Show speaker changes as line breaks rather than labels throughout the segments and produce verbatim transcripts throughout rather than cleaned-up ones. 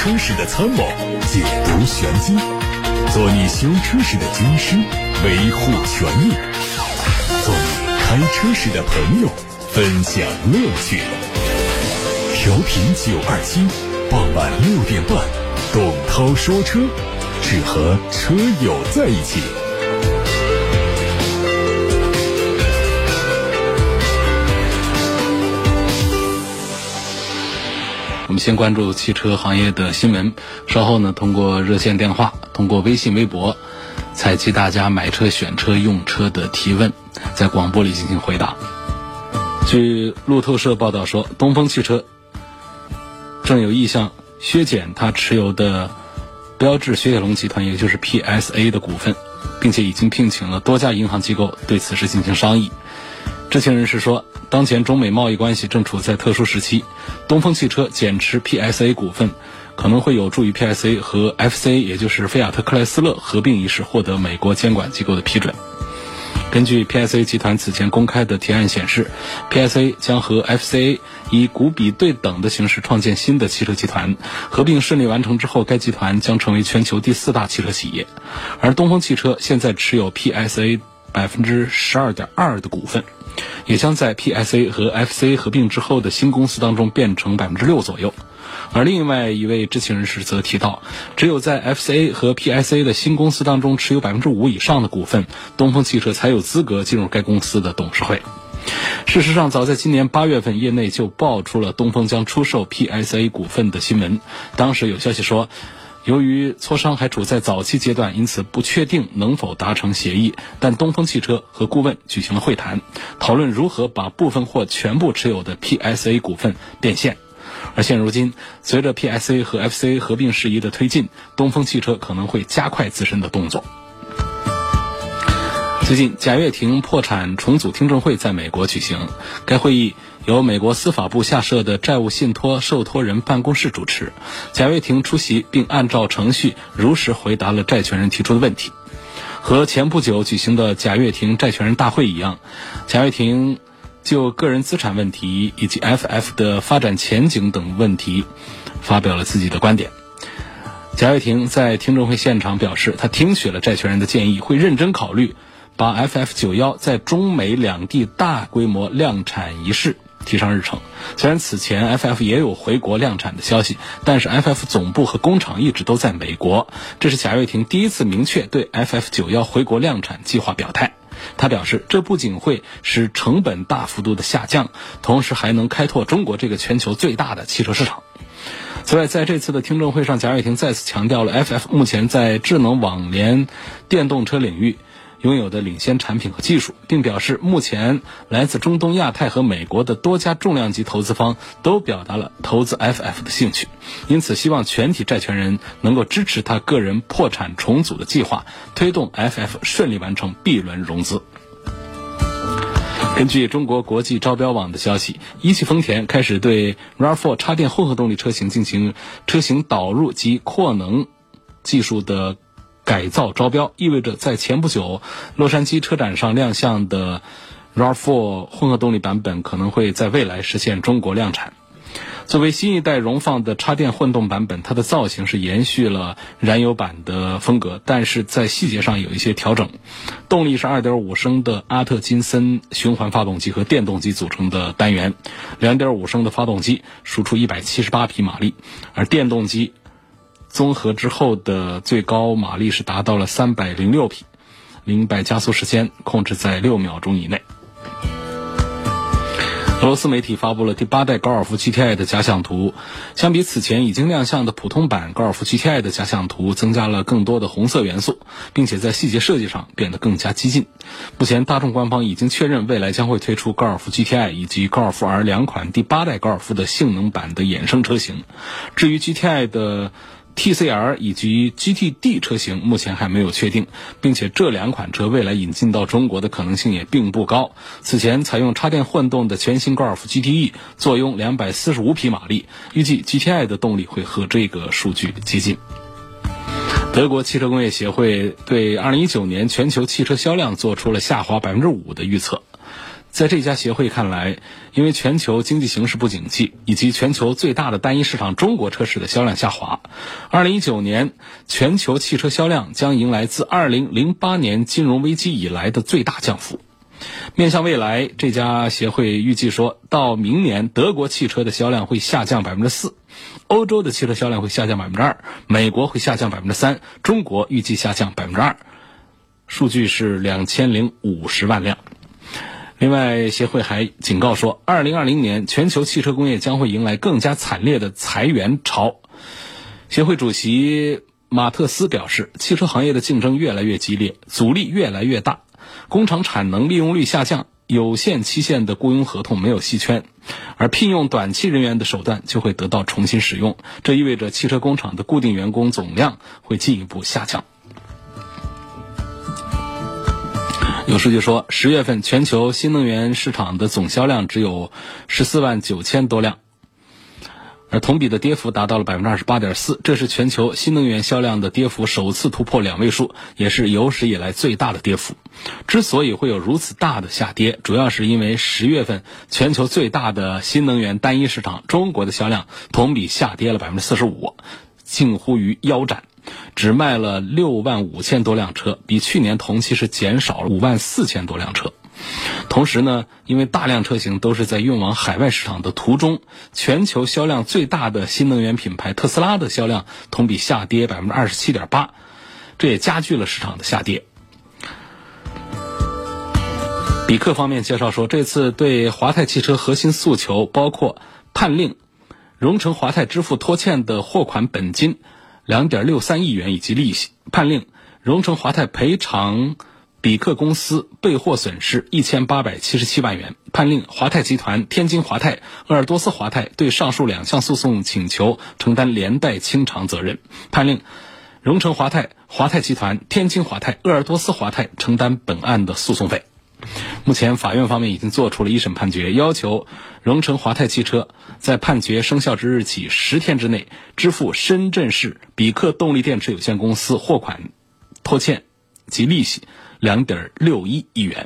车时的参谋，解读玄机，做你修车时的军师，维护权益，做你开车时的朋友，分享乐趣。调频九二七，傍晚六点半，董涛说车，只和车友在一起。
我们先关注汽车行业的新闻，稍后呢，通过热线电话，通过微信微博，采集大家买车、选车、用车的提问，在广播里进行回答。据路透社报道说，东风汽车正有意向削减它持有的标致雪铁龙集团，也就是 P S A 的股份，并且已经聘请了多家银行机构对此事进行商议。知情人士说，当前中美贸易关系正处在特殊时期，东风汽车减持 P S A 股份可能会有助于 P S A 和 F C A， 也就是菲亚特克莱斯勒合并一事获得美国监管机构的批准。根据 P S A 集团此前公开的提案显示， P S A 将和 F C A 以股比对等的形式创建新的汽车集团，合并顺利完成之后，该集团将成为全球第四大汽车企业。而东风汽车现在持有 P S A 百分之十二点二 的股份，也将在 P S A 和 F C A 合并之后的新公司当中变成 百分之六 左右。而另外一位知情人士则提到，只有在 F C A 和 P S A 的新公司当中持有 百分之五 以上的股份，东风汽车才有资格进入该公司的董事会。事实上，早在今年八月份，业内就爆出了东风将出售 P S A 股份的新闻。当时有消息说，由于磋商还处在早期阶段，因此不确定能否达成协议，但东风汽车和顾问举行了会谈，讨论如何把部分或全部持有的 P S A 股份变现。而现如今，随着 P S A 和 F C A 合并事宜的推进，东风汽车可能会加快自身的动作。最近，贾跃亭破产重组听证会在美国举行，该会议由美国司法部下设的债务信托受托人办公室主持，贾跃亭出席并按照程序如实回答了债权人提出的问题。和前不久举行的贾跃亭债权人大会一样，贾跃亭就个人资产问题以及 F F 的发展前景等问题发表了自己的观点。贾跃亭在听证会现场表示，他听取了债权人的建议，会认真考虑把 F F 九十一 在中美两地大规模量产一事提上日程。虽然此前 F F 也有回国量产的消息，但是 F F 总部和工厂一直都在美国。这是贾跃亭第一次明确对 F F 九十一 回国量产计划表态。他表示，这不仅会使成本大幅度的下降，同时还能开拓中国这个全球最大的汽车市场。此外，在这次的听证会上，贾跃亭再次强调了 F F 目前在智能网联电动车领域拥有的领先产品和技术，并表示目前来自中东亚太和美国的多家重量级投资方都表达了投资 F F 的兴趣，因此希望全体债权人能够支持他个人破产重组的计划，推动 F F 顺利完成 B 轮融资。根据中国国际招标网的消息，一汽丰田开始对 R A V 四 插电混合动力车型进行车型导入及扩能技术的改造招标，意味着在前不久洛杉矶车展上亮相的 R A V 四 混合动力版本可能会在未来实现中国量产。作为新一代荣放的插电混动版本，它的造型是延续了燃油版的风格，但是在细节上有一些调整。动力是 二点五 升的阿特金森循环发动机和电动机组成的单元， 两点五 升的发动机输出一百七十八匹马力，而电动机综合之后的最高马力是达到了三百零六匹，零百加速时间控制在六秒钟以内。俄罗斯媒体发布了第八代高尔夫 G T I 的假想图，相比此前已经亮相的普通版高尔夫 G T I 的假想图，增加了更多的红色元素，并且在细节设计上变得更加激进。目前大众官方已经确认，未来将会推出高尔夫 G T I 以及高尔夫 R 两款第八代高尔夫的性能版的衍生车型。至于 G T I 的T C R 以及 G T D 车型目前还没有确定，并且这两款车未来引进到中国的可能性也并不高。此前采用插电混动的全新高尔夫 G T E 坐拥两百四十五匹马力，预计 G T I 的动力会和这个数据接近。德国汽车工业协会对二零一九年全球汽车销量做出了下滑 百分之五 的预测。 在这家协会看来，因为全球经济形势不景气，以及全球最大的单一市场中国车市的销量下滑，二零一九年全球汽车销量将迎来自二零零八年金融危机以来的最大降幅。面向未来，这家协会预计说，到明年德国汽车的销量会下降 百分之四， 欧洲的汽车销量会下降 百分之二， 美国会下降 百分之三， 中国预计下降 百分之二， 数据是两千零五十万辆。另外，协会还警告说，二零二零年全球汽车工业将会迎来更加惨烈的裁员潮。协会主席马特斯表示，汽车行业的竞争越来越激烈，阻力越来越大，工厂产能利用率下降，有限期限的雇佣合同没有细圈，而聘用短期人员的手段就会得到重新使用，这意味着汽车工厂的固定员工总量会进一步下降。有数据说，十月份全球新能源市场的总销量只有十四万九千多辆，而同比的跌幅达到了 百分之二十八点四， 这是全球新能源销量的跌幅首次突破两位数，也是有史以来最大的跌幅。之所以会有如此大的下跌，主要是因为十月份全球最大的新能源单一市场中国的销量同比下跌了 百分之四十五， 近乎于腰斩，只卖了六万五千多辆车，比去年同期是减少了五万四千多辆车。同时呢，因为大量车型都是在运往海外市场的途中，全球销量最大的新能源品牌特斯拉的销量同比下跌 百分之二十七点八， 这也加剧了市场的下跌。比克方面介绍说，这次对华泰汽车核心诉求包括判令荣成华泰支付拖欠的货款本金 两点六三亿元以及利息，判令荣成华泰赔偿比克公司备货损失一千八百七十七万元，判令华泰集团、天津华泰、鄂尔多斯华泰对上述两项诉讼请求承担连带清偿责任，判令荣成华泰、华泰集团、天津华泰、鄂尔多斯华泰承担本案的诉讼费。目前法院方面已经做出了一审判决，要求荣成华泰汽车在判决生效之日起十天之内支付深圳市比克动力电池有限公司货款拖欠及利息 两点六一亿元。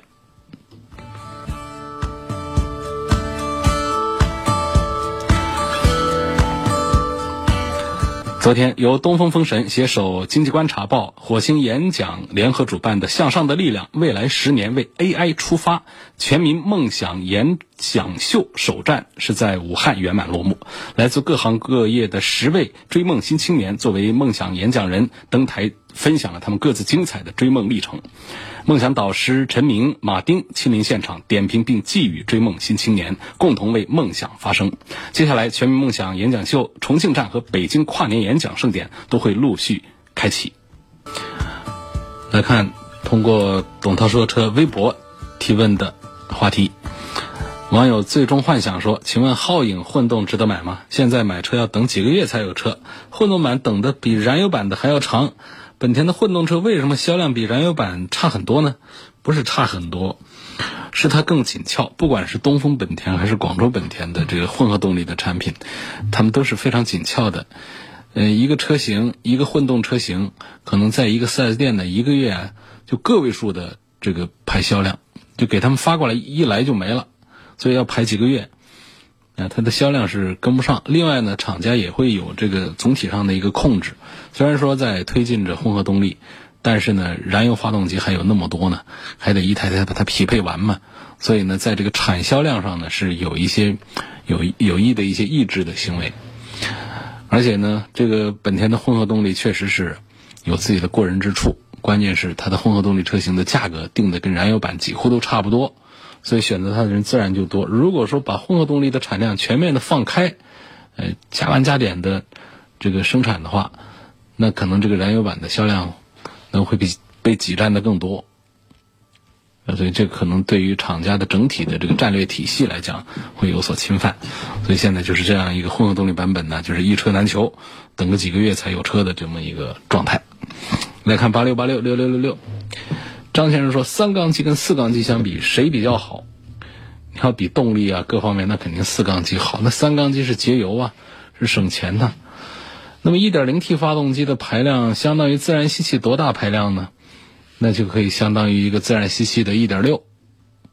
昨天，由东风风神携手经济观察报、火星演讲联合主办的向上的力量未来十年为 A I 出发全民梦想演讲秀首站是在武汉圆满落幕。来自各行各业的十位追梦新青年作为梦想演讲人登台，分享了他们各自精彩的追梦历程。梦想导师陈明、马丁亲临现场点评并寄语追梦新青年，共同为梦想发声。接下来，全民梦想演讲秀重庆站和北京跨年演讲盛典都会陆续开启。来看通过董涛说车微博提问的话题，网友最终幻想说，请问皓影混动值得买吗？现在买车要等几个月才有车，混动版等的比燃油版的还要长，本田的混动车为什么销量比燃油版差很多呢？不是差很多，是它更紧俏。不管是东风本田还是广州本田的这个混合动力的产品，它们都是非常紧俏的。呃，一个车型，一个混动车型，可能在一个 四 S 店的一个月啊，就个位数的这个排销量，就给他们发过来，一来就没了，所以要排几个月。啊，它的销量是跟不上。另外呢，厂家也会有这个总体上的一个控制。虽然说在推进着混合动力，但是呢，燃油发动机还有那么多呢，还得一台台把它匹配完嘛。所以呢，在这个产销量上呢，是有一些有有意的一些抑制的行为。而且呢，这个本田的混合动力确实是有自己的过人之处，关键是它的混合动力车型的价格定的跟燃油版几乎都差不多。所以选择它的人自然就多。如果说把混合动力的产量全面的放开，呃，加完加点的这个生产的话，那可能这个燃油版的销量那会被被挤占的更多。所以这可能对于厂家的整体的这个战略体系来讲会有所侵犯。所以现在就是这样一个混合动力版本呢，就是一车难求，等个几个月才有车的这么一个状态。来看八六八六六六六六。张先生说，三缸机跟四缸机相比谁比较好？你要比动力啊各方面，那肯定四缸机好。那三缸机是节油啊，是省钱的。那么 一点零 T 发动机的排量相当于自然吸气多大排量呢？那就可以相当于一个自然吸气的 一点六。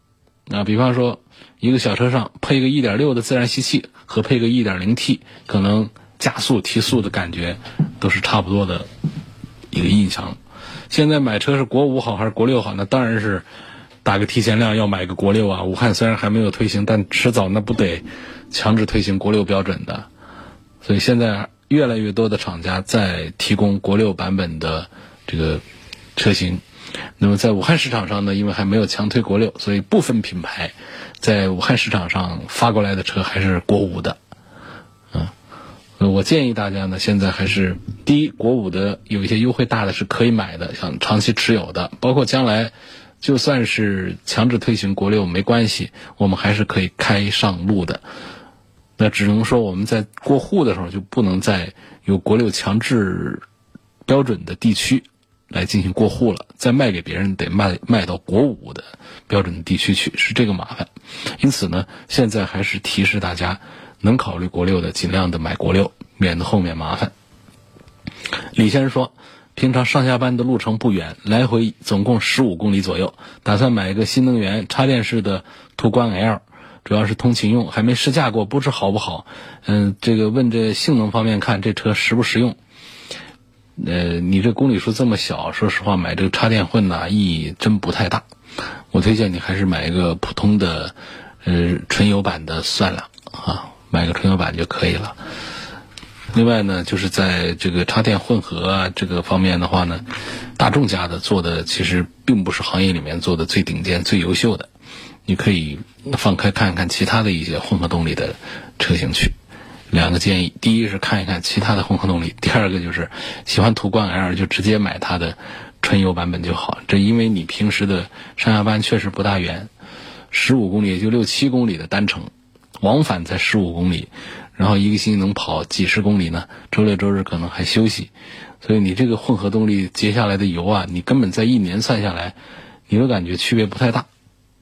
啊，比方说一个小车上配个 一点六 的自然吸气和配个 一点零 T， 可能加速提速的感觉都是差不多的一个印象。现在买车是国五好还是国六好？那当然是打个提前量要买个国六啊。武汉虽然还没有推行，但迟早那不得强制推行国六标准的。所以现在越来越多的厂家在提供国六版本的这个车型。那么在武汉市场上呢，因为还没有强推国六，所以部分品牌在武汉市场上发过来的车还是国五的。嗯，我建议大家呢，现在还是第一，国五的有一些优惠大的是可以买的，像长期持有的，包括将来就算是强制推行国六没关系，我们还是可以开上路的。那只能说我们在过户的时候就不能在有国六强制标准的地区来进行过户了，再卖给别人得卖卖到国五的标准的地区去，是这个麻烦。因此呢，现在还是提示大家能考虑国六的尽量的买国六，免得后面麻烦。李先生说，平常上下班的路程不远，来回总共十五公里左右，打算买一个新能源插电式的途观 L， 主要是通勤用，还没试驾过，不知好不好。嗯，这个问这性能方面看这车实不实用。呃，你这公里数这么小，说实话买这个插电混呢、啊、意义真不太大。我推荐你还是买一个普通的呃纯油版的算了啊，买个纯油版就可以了。另外呢，就是在这个插电混合啊这个方面的话呢，大众家的做的其实并不是行业里面做的最顶尖最优秀的，你可以放开看看其他的一些混合动力的车型去。两个建议，第一是看一看其他的混合动力，第二个就是喜欢途观 L 就直接买它的纯油版本就好。这因为你平时的上下班确实不大远，十五公里也就六七公里的单程，往返才十五公里，然后一个星期能跑几十公里呢，周六周日可能还休息，所以你这个混合动力节下来的油啊，你根本在一年算下来你都感觉区别不太大。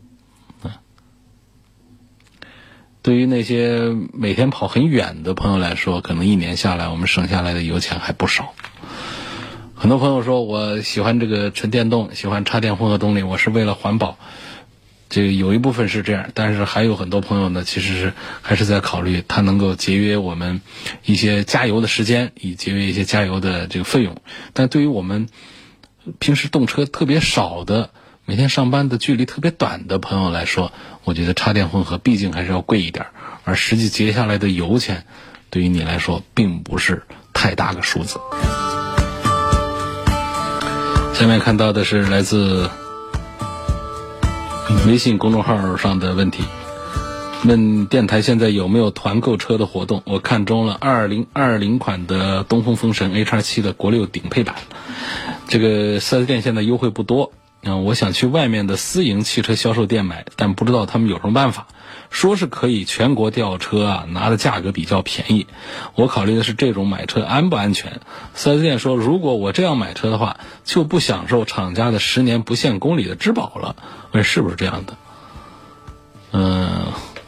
对于那些每天跑很远的朋友来说，可能一年下来我们省下来的油钱还不少。很多朋友说我喜欢这个纯电动，喜欢插电混合动力，我是为了环保，这个有一部分是这样，但是还有很多朋友呢，其实是还是在考虑它能够节约我们一些加油的时间，以节约一些加油的这个费用。但对于我们平时动车特别少的，每天上班的距离特别短的朋友来说，我觉得插电混合毕竟还是要贵一点，而实际节下来的油钱对于你来说并不是太大个数字。下面看到的是来自微信公众号上的问题，问电台现在有没有团购车的活动？我看中了二零二零款的东风风神 H 七 的国六顶配版，这个 四 S 店现在优惠不多。嗯，我想去外面的私营汽车销售店买，但不知道他们有什么办法。说是可以全国调车啊，拿的价格比较便宜。我考虑的是这种买车安不安全。四 S 店说，如果我这样买车的话，就不享受厂家的十年不限公里的质保了。问是不是这样的？嗯，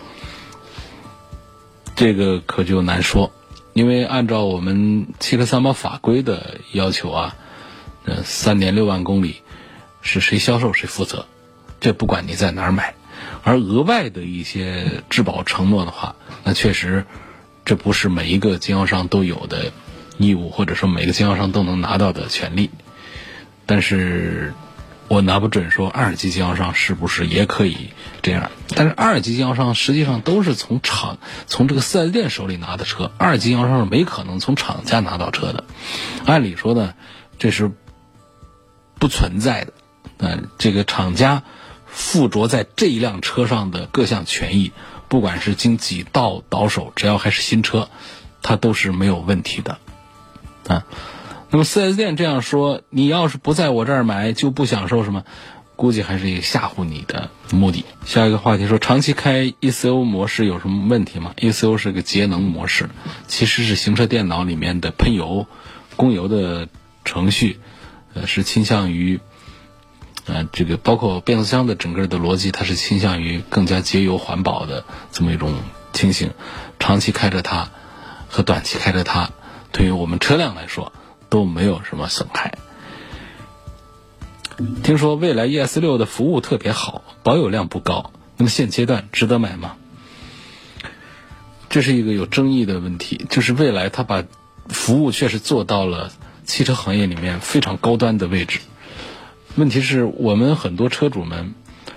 这个可就难说，因为按照我们汽车三包法规的要求啊，呃，三年六万公里。是谁销售谁负责，这不管你在哪儿买。而额外的一些质保承诺的话，那确实这不是每一个经销商都有的义务，或者说每个经销商都能拿到的权利。但是我拿不准说二级经销商是不是也可以这样。但是二级经销商实际上都是从厂从这个四 S 店手里拿的车，二级经销商是没可能从厂家拿到车的。按理说呢，这是不存在的。呃，这个厂家附着在这一辆车上的各项权益，不管是经几道倒手，只要还是新车，它都是没有问题的啊。那么 四 S 店这样说，你要是不在我这儿买就不享受什么，估计还是一个吓唬你的目的。下一个话题说，长期开 E C O 模式有什么问题吗？ E C O 是个节能模式，其实是行车电脑里面的喷油供油的程序，呃，是倾向于呃，这个包括变速箱的整个的逻辑，它是倾向于更加节油环保的这么一种情形。长期开着它和短期开着它，对于我们车辆来说都没有什么损害。听说蔚来 E S 六 的服务特别好，保有量不高， 那么现阶段值得买吗？这是一个有争议的问题，就是未来它把服务确实做到了汽车行业里面非常高端的位置。问题是我们很多车主们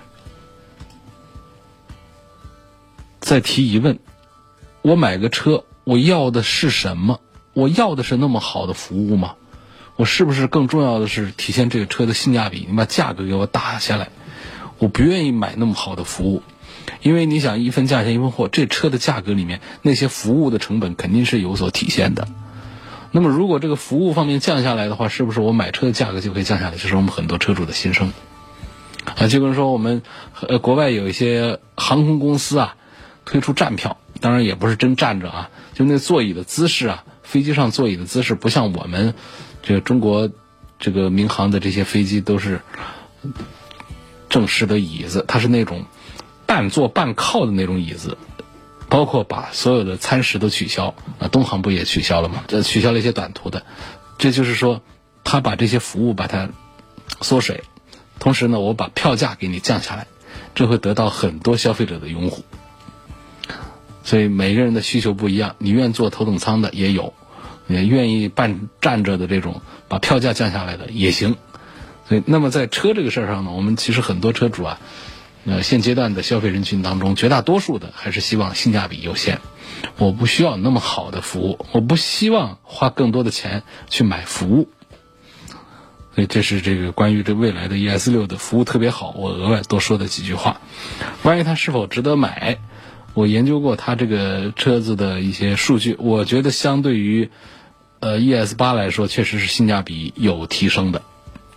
在提疑问，我买个车，我要的是什么？我要的是那么好的服务吗？我是不是更重要的是体现这个车的性价比？你把价格给我打下来，我不愿意买那么好的服务。因为你想一分价钱一分货，这车的价格里面那些服务的成本肯定是有所体现的。那么如果这个服务方面降下来的话，是不是我买车的价格就可以降下来？这是我们很多车主的心声啊。就跟说我们呃国外有一些航空公司啊推出站票，当然也不是真站着啊，就那座椅的姿势啊，飞机上座椅的姿势不像我们这个中国这个民航的这些飞机都是正式的椅子，它是那种半坐半靠的那种椅子，包括把所有的餐食都取消啊，东航不也取消了吗？这取消了一些短途的，这就是说他把这些服务把它缩水，同时呢我把票价给你降下来，这会得到很多消费者的拥护。所以每个人的需求不一样，你愿坐头等舱的也有，也愿意半站着的这种把票价降下来的也行。所以那么在车这个事儿上呢，我们其实很多车主啊呃，现阶段的消费人群当中，绝大多数的还是希望性价比优先。我不需要那么好的服务，我不希望花更多的钱去买服务。所以这是这个关于这未来的 E S 六 的服务特别好，我额外多说的几句话。关于它是否值得买，我研究过它这个车子的一些数据，我觉得相对于呃 E S 八 来说，确实是性价比有提升的。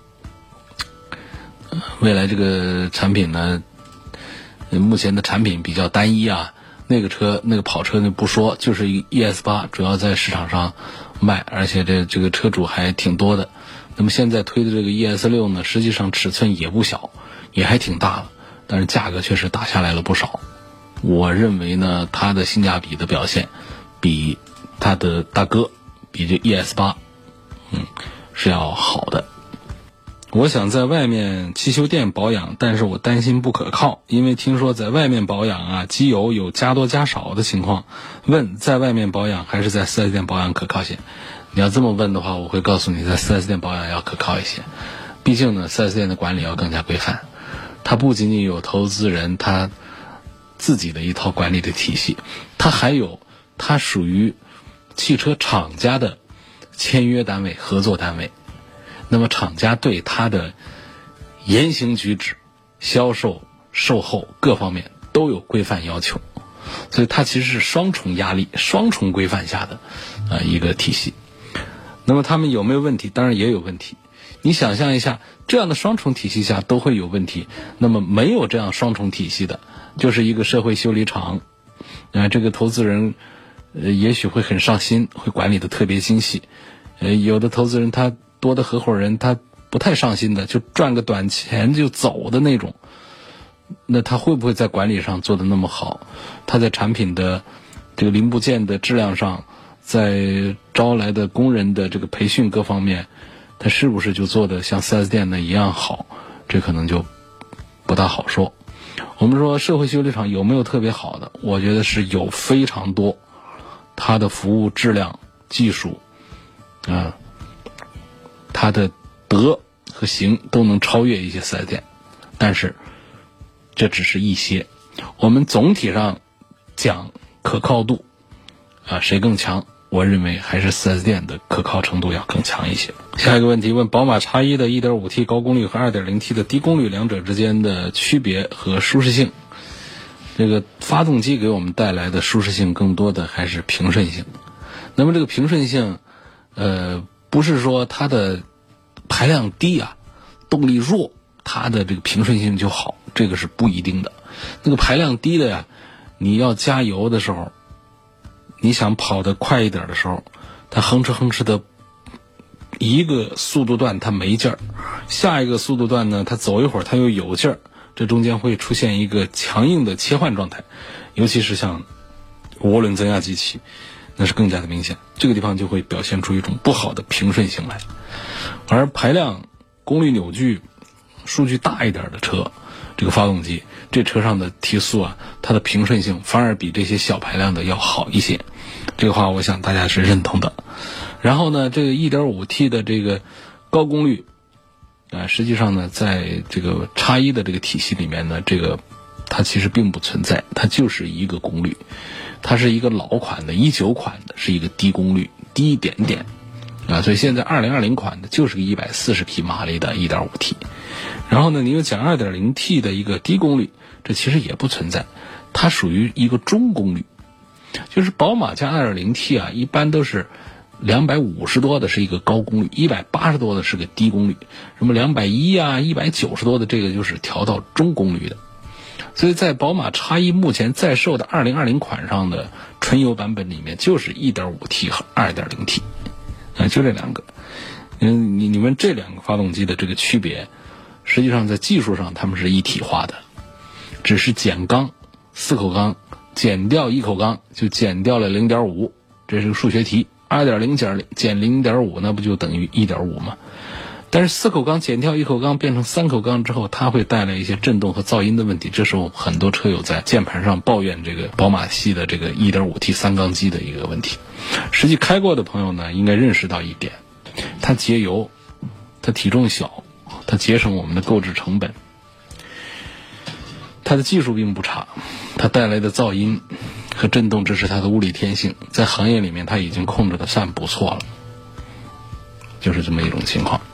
未来这个产品呢，目前的产品比较单一啊，那个车那个跑车呢不说，就是一个 E S 八 主要在市场上卖，而且这这个车主还挺多的。那么现在推的这个 E S 六 呢，实际上尺寸也不小，也还挺大了，但是价格确实打下来了不少。我认为呢，它的性价比的表现比它的大哥，比这 E S 八 嗯是要好的。我想在外面汽修店保养，但是我担心不可靠，因为听说在外面保养啊，机油有加多加少的情况。问在外面保养还是在 四 S 店保养可靠些？你要这么问的话，我会告诉你在 四 S 店保养要可靠一些。毕竟呢 四 S 店的管理要更加规范，它不仅仅有投资人他自己的一套管理的体系，它还有它属于汽车厂家的签约单位、合作单位。那么厂家对它的言行举止、销售、售后各方面都有规范要求，所以它其实是双重压力、双重规范下的呃一个体系。那么他们有没有问题？当然也有问题。你想象一下，这样的双重体系下都会有问题，那么没有这样双重体系的，就是一个社会修理厂，呃，这个投资人呃也许会很上心，会管理的特别精细。呃，有的投资人他多的合伙人他不太上心的，就赚个短钱就走的那种，那他会不会在管理上做的那么好？他在产品的这个零部件的质量上，在招来的工人的这个培训各方面，他是不是就做的像 四 S 店的一样好？这可能就不大好说。我们说社会修理厂有没有特别好的？我觉得是有非常多，它的服务质量、技术啊，它的德和行都能超越一些 四 S 店，但是这只是一些。我们总体上讲可靠度啊，谁更强？我认为还是 四 S 店的可靠程度要更强一些。下一个问题问宝马 X 一 的 一点五 T 高功率和 二点零 T 的低功率两者之间的区别和舒适性。这个发动机给我们带来的舒适性更多的还是平顺性。那么这个平顺性呃不是说它的排量低啊，动力弱，它的这个平顺性就好，这个是不一定的。那个排量低的呀，你要加油的时候，你想跑得快一点的时候，它哼哧哼哧的一个速度段它没劲儿，下一个速度段呢它走一会儿它又有劲儿，这中间会出现一个强硬的切换状态，尤其是像涡轮增压机器，那是更加的明显，这个地方就会表现出一种不好的平顺性来。而排量、功率扭矩数据大一点的车， 这个发动机，这车上的提速啊，它的平顺性反而比这些小排量的要好一些。这个话我想大家是认同的。然后呢，这个 一点五 T 的这个高功率啊、呃，实际上呢，在这个叉一的这个体系里面呢，这个它其实并不存在，它就是一个功率，它是一个老款的一九款的，是一个低功率，低一点点啊，所以现在二零二零款的就是个一百四十匹马力的 一点五 T。然后呢，你又讲 二点零 T 的一个低功率，这其实也不存在，它属于一个中功率。就是宝马加 二点零 T 啊，一般都是两百五十多的是一个高功率，一百八十多的是个低功率，什么两百一啊一百九十多的这个就是调到中功率的。所以在宝马 X 一 目前在售的二零二零款上的纯油版本里面，就是 一点五 T 和 二点零 T 啊，就这两个。嗯，你你们这两个发动机的这个区别，实际上在技术上它们是一体化的，只是减缸，四口缸减掉一口缸就减掉了 零点五， 这是个数学题， 二点零 减 零点五 那不就等于 一点五 吗？但是四口缸减掉一口缸变成三口缸之后，它会带来一些震动和噪音的问题，这是我很多车友在键盘上抱怨这个宝马系的这个 一点五 T 三缸机的一个问题。实际开过的朋友呢，应该认识到一点，它节油，它体重小，它节省我们的购置成本，它的技术并不差，它带来的噪音和震动这是它的物理天性，在行业里面它已经控制的算不错了，就是这么一种情况。